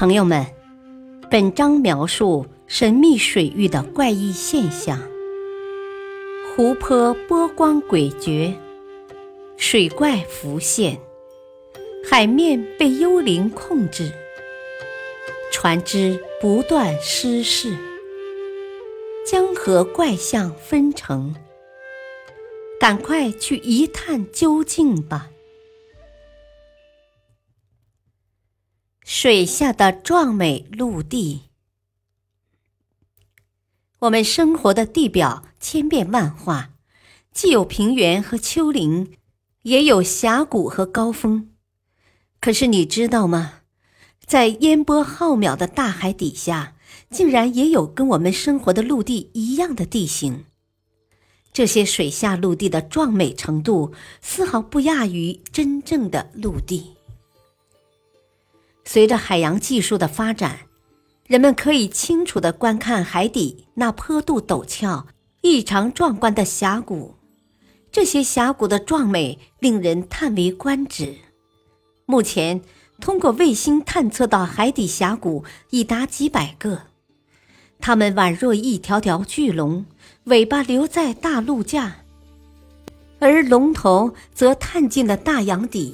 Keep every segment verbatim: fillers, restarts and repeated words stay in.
朋友们，本章描述神秘水域的怪异现象。湖泊波光诡谲，水怪浮现，海面被幽灵控制，船只不断失事，江河怪象纷呈，赶快去一探究竟吧。水下的壮美陆地。我们生活的地表千变万化，既有平原和丘陵，也有峡谷和高峰。可是你知道吗？在烟波浩渺的大海底下，竟然也有跟我们生活的陆地一样的地形。这些水下陆地的壮美程度，丝毫不亚于真正的陆地。随着海洋技术的发展，人们可以清楚地观看海底那坡度陡峭、异常壮观的峡谷。这些峡谷的壮美令人叹为观止。目前，通过卫星探测到海底峡谷已达几百个，它们宛若一条条巨龙，尾巴留在大陆架，而龙头则探进了大洋底。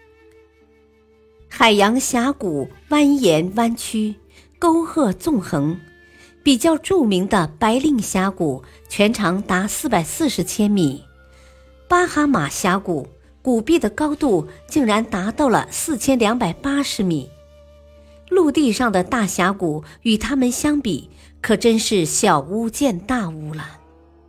海洋峡谷蜿蜒弯曲，沟壑纵横。比较著名的白令峡谷全长达四百四十千米，巴哈马峡谷谷壁的高度竟然达到了四千两百八十米。陆地上的大峡谷与它们相比，可真是小巫见大巫了。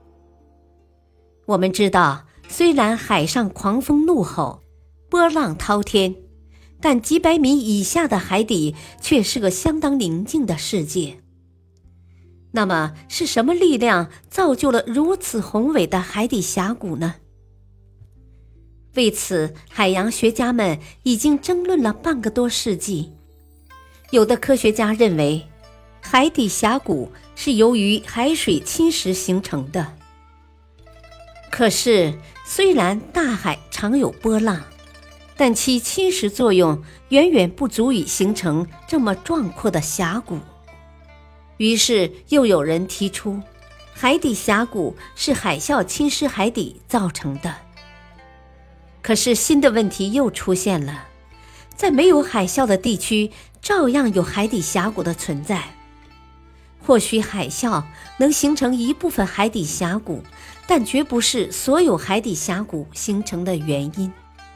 我们知道，虽然海上狂风怒吼，波浪滔天，但几百米以下的海底却是个相当宁静的世界。那么是什么力量造就了如此宏伟的海底峡谷呢？为此，海洋学家们已经争论了半个多世纪。有的科学家认为，海底峡谷是由于海水侵蚀形成的。可是，虽然大海常有波浪，但其侵蚀作用远远不足以形成这么壮阔的峡谷。于是又有人提出，海底峡谷是海啸侵蚀海底造成的。可是新的问题又出现了，在没有海啸的地区，照样有海底峡谷的存在。或许海啸能形成一部分海底峡谷，但绝不是所有海底峡谷形成的原因。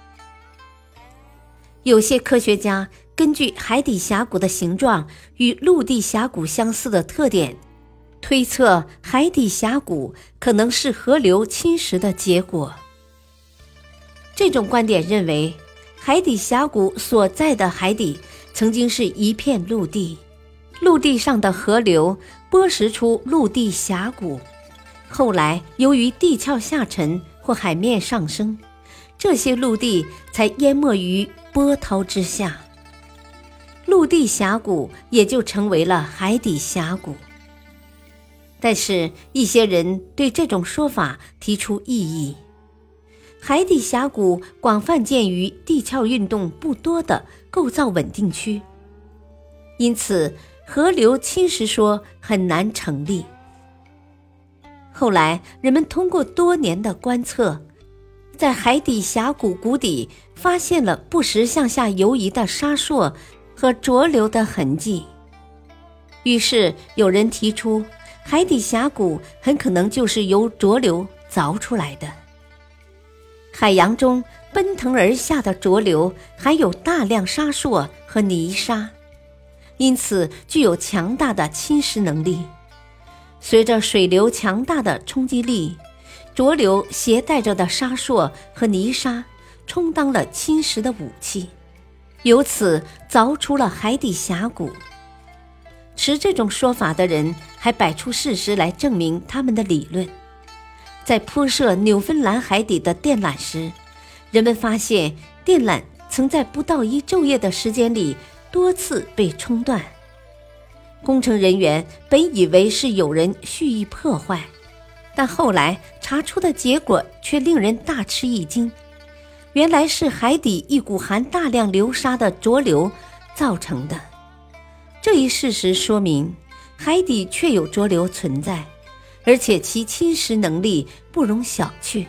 有些科学家根据海底峡谷的形状与陆地峡谷相似的特点，推测海底峡谷可能是河流侵蚀的结果。这种观点认为，海底峡谷所在的海底曾经是一片陆地，陆地上的河流剥蚀出陆地峡谷，后来由于地壳下沉或海面上升，这些陆地才淹没于波涛之下，陆地峡谷也就成为了海底峡谷。但是一些人对这种说法提出异议。海底峡谷广泛见于地壳运动不多的构造稳定区，因此河流侵蚀说很难成立。后来人们通过多年的观测，在海底峡谷谷底发现了不时向下游移的沙烁和浊流的痕迹。于是有人提出，海底峡谷很可能就是由浊流凿出来的。海洋中奔腾而下的浊流含有大量沙烁和泥沙，因此具有强大的侵蚀能力。随着水流强大的冲击力，浊流携带着的沙烁和泥沙充当了侵蚀的武器，由此凿出了海底峡谷。持这种说法的人还摆出事实来证明他们的理论。在铺设纽芬兰海底的电缆时，人们发现电缆曾在不到一昼夜的时间里多次被冲断。工程人员本以为是有人蓄意破坏，但后来查出的结果却令人大吃一惊，原来是海底一股含大量流沙的浊流造成的。 这一事实说明，海底确有浊流存在，而且其侵蚀能力不容小觑。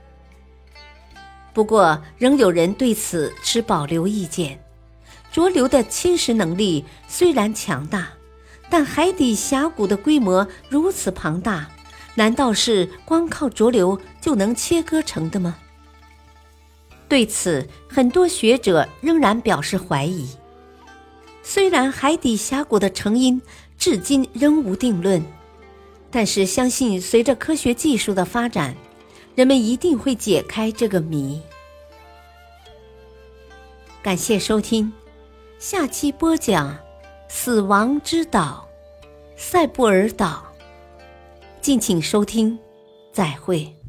不过，仍有人对此持保留意见。浊流的侵蚀能力虽然强大，但海底峡谷的规模如此庞大，难道是光靠浊流就能切割成的吗？对此，很多学者仍然表示怀疑。虽然海底峡谷的成因至今仍无定论，但是相信随着科学技术的发展，人们一定会解开这个谜。感谢收听，下期播讲死亡之岛——塞布尔岛。敬请收听，再会。